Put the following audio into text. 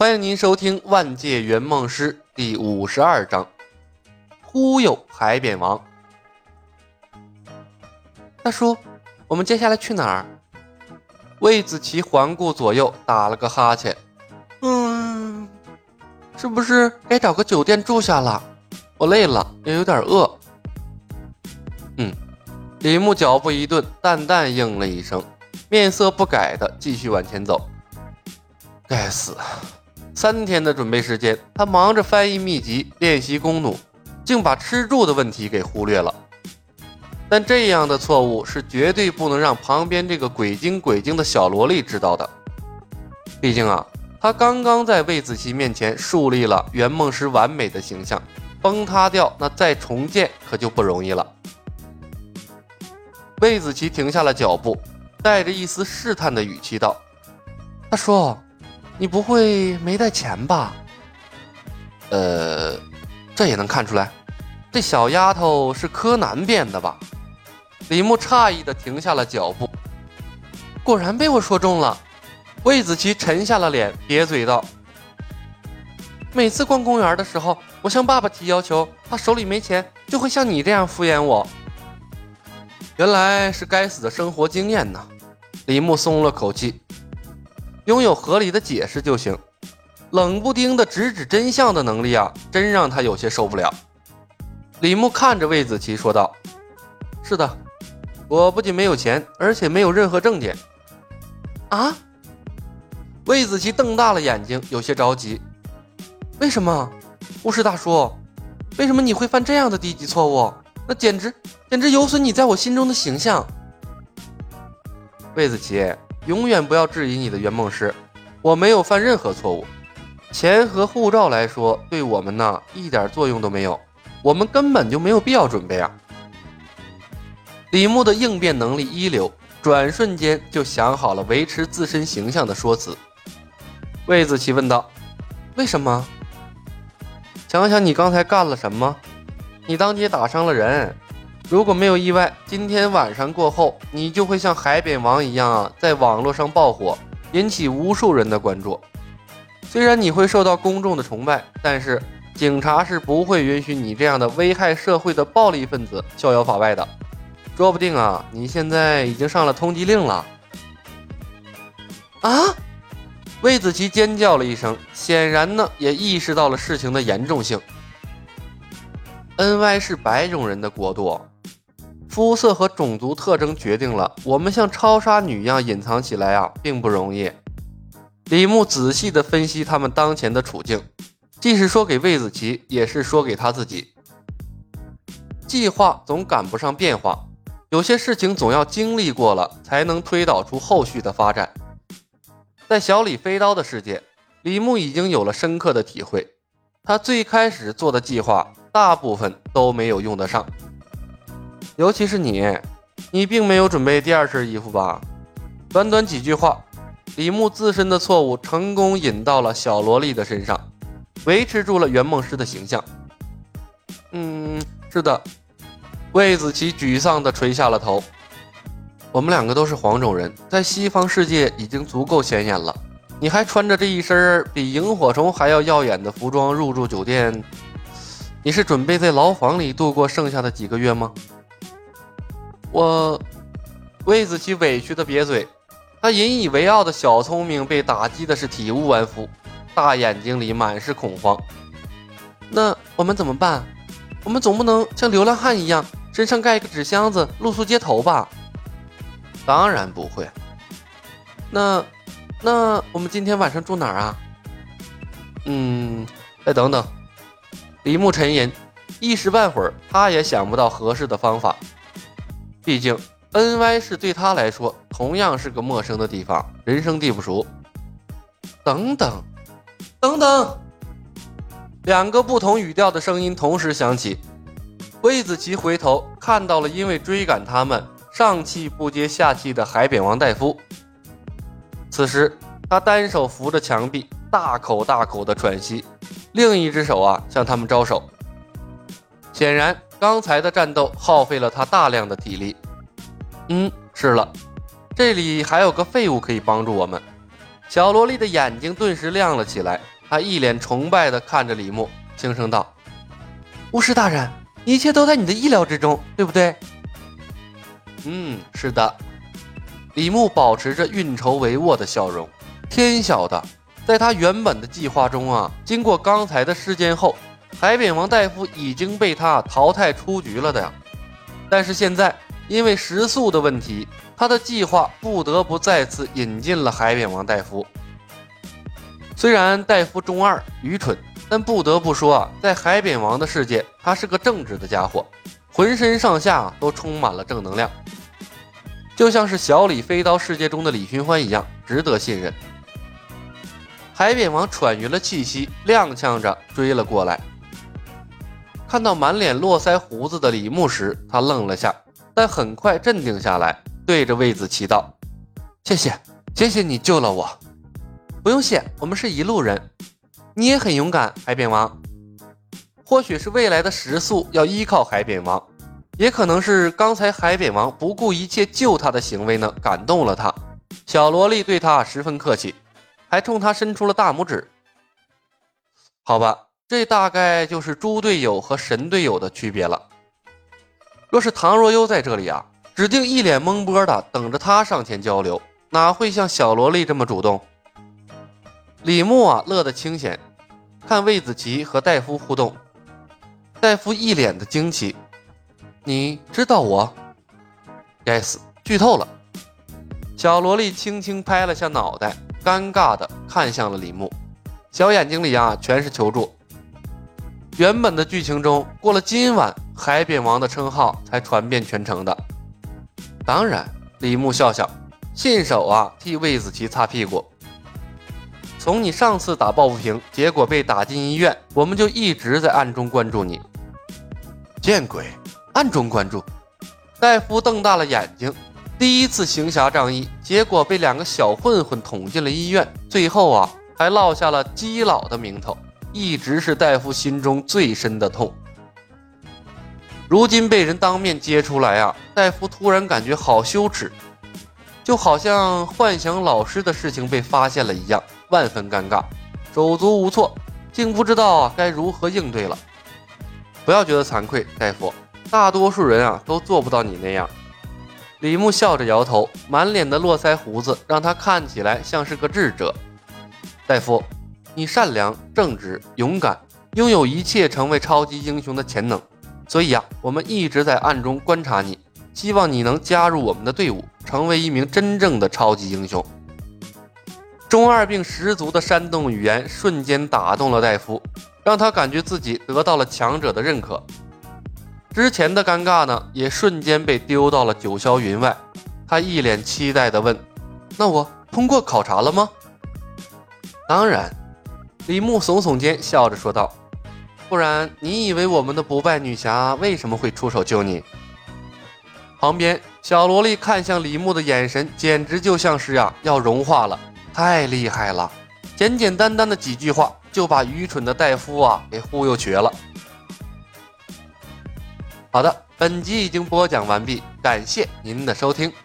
欢迎您收听《万界圆梦师》第52章，忽悠海扁王。大叔，我们接下来去哪儿？魏子琪环顾左右，打了个哈欠。是不是该找个酒店住下了？我累了，也有点饿。李牧脚步一顿，淡淡应了一声，面色不改的继续往前走。该死，3天的准备时间，他忙着翻译秘籍，练习弓弩，竟把吃住的问题给忽略了。但这样的错误是绝对不能让旁边这个鬼精的小萝莉知道的。毕竟他刚刚在魏子琪面前树立了圆梦师完美的形象，崩塌掉那再重建可就不容易了。魏子琪停下了脚步，带着一丝试探的语气道：大叔，你不会没带钱吧？这也能看出来，这小丫头是柯南变的吧？李牧诧异地停下了脚步，果然被我说中了。魏子琪沉下了脸，瘪嘴道：每次逛公园的时候，我向爸爸提要求，他手里没钱，就会像你这样敷衍我。原来是该死的生活经验呢。李牧松了口气，拥有合理的解释就行，冷不丁的直指真相的能力真让他有些受不了。李牧看着魏子琪说道：是的，我不仅没有钱，而且没有任何证件。啊？魏子琪瞪大了眼睛，有些着急。为什么？巫师大叔，为什么你会犯这样的低级错误？那简直有损你在我心中的形象。魏子琪，永远不要质疑你的圆梦师，我没有犯任何错误。钱和护照来说，对我们一点作用都没有，我们根本就没有必要准备啊。李牧的应变能力一流，转瞬间就想好了维持自身形象的说辞。魏子琪问道：为什么？想想你刚才干了什么，你当街打伤了人，如果没有意外，今天晚上过后，你就会像海扁王一样在网络上爆火，引起无数人的关注。虽然你会受到公众的崇拜，但是警察是不会允许你这样的危害社会的暴力分子逍遥法外的。说不定你现在已经上了通缉令了。啊！魏子琪尖叫了一声，显然也意识到了事情的严重性。NY 是白种人的国度，肤色和种族特征决定了我们像超杀女一样隐藏起来并不容易。李牧仔细地分析他们当前的处境，既是说给魏子琪，也是说给他自己。计划总赶不上变化，有些事情总要经历过了，才能推导出后续的发展。在小李飞刀的世界，李牧已经有了深刻的体会，他最开始做的计划大部分都没有用得上。尤其是你并没有准备第二身衣服吧？短短几句话，李牧自身的错误成功引到了小萝莉的身上，维持住了圆梦师的形象。是的。魏子琪沮丧地垂下了头。我们2个都是黄种人，在西方世界已经足够显眼了，你还穿着这一身比萤火虫还要耀眼的服装入住酒店，你是准备在牢房里度过剩下的几个月吗？魏子琪委屈的瘪嘴，他引以为傲的小聪明被打击的是体无完肤，大眼睛里满是恐慌。那我们怎么办？我们总不能像流浪汉一样身上盖一个纸箱子露宿街头吧？当然不会。那我们今天晚上住哪儿啊？再等等。李牧沉吟，一时半会儿他也想不到合适的方法。毕竟 NY 市对他来说同样是个陌生的地方，人生地不熟。等等，2个不同语调的声音同时响起。魏子琪回头看到了因为追赶他们上气不接下气的海扁王戴夫。此时他单手扶着墙壁，大口的喘息，另一只手向他们招手。显然刚才的战斗耗费了他大量的体力。是了，这里还有个废物可以帮助我们。小萝莉的眼睛顿时亮了起来， 他一脸崇拜地看着李牧，轻声道：“巫师大人，一切都在你的意料之中，对不对？”“是的。”李牧保持着运筹帷幄的笑容。天晓得，在他原本的计划中经过刚才的事件后，海扁王大夫已经被他淘汰出局了的呀。但是现在因为食宿的问题，他的计划不得不再次引进了海扁王大夫。虽然大夫中二愚蠢，但不得不说在海扁王的世界，他是个正直的家伙，浑身上下都充满了正能量，就像是小李飞刀世界中的李寻欢一样，值得信任。海扁王喘匀了气息，踉跄着追了过来。看到满脸络腮胡子的李牧时，他愣了下，但很快镇定下来，对着魏子期道：“谢谢你救了我。”“不用谢，我们是一路人。”“你也很勇敢，海扁王。”或许是未来的食宿要依靠海扁王，也可能是刚才海扁王不顾一切救他的行为呢感动了他。小萝莉对他十分客气，还冲他伸出了大拇指。好吧，这大概就是猪队友和神队友的区别了。若是唐若幽在这里指定一脸懵波的等着他上前交流，哪会像小萝莉这么主动？李牧乐得清闲，看魏子琪和戴夫互动。戴夫一脸的惊奇：“你知道我？”“该死，剧透了。”小萝莉轻轻拍了下脑袋，尴尬的看向了李牧，小眼睛里全是求助。原本的剧情中，过了今晚，海扁王的称号才传遍全城的。当然，李牧笑笑，信手替魏子琪擦屁股。从你上次打抱不平，结果被打进医院，我们就一直在暗中关注你。见鬼，暗中关注！戴夫瞪大了眼睛，第一次行侠仗义，结果被两个小混混捅进了医院，最后还落下了基佬的名头，一直是戴夫心中最深的痛。如今被人当面揭出来戴夫突然感觉好羞耻，就好像幻想老师的事情被发现了一样，万分尴尬，手足无措，竟不知道该如何应对了。不要觉得惭愧，大夫，大多数人都做不到你那样。李牧笑着摇头，满脸的络腮胡子让他看起来像是个智者。大夫，你善良、正直、勇敢，拥有一切成为超级英雄的潜能，所以我们一直在暗中观察你，希望你能加入我们的队伍，成为一名真正的超级英雄。中二病十足的煽动语言瞬间打动了戴夫，让他感觉自己得到了强者的认可。之前的尴尬呢，也瞬间被丢到了九霄云外。他一脸期待地问：“那我通过考察了吗？”“当然。”李牧耸耸肩，笑着说道：“不然你以为我们的不败女侠为什么会出手救你？”旁边小萝莉看向李牧的眼神简直就像是要融化了，太厉害了！简简单单的几句话就把愚蠢的戴夫给忽悠瘸了。好的，本集已经播讲完毕，感谢您的收听。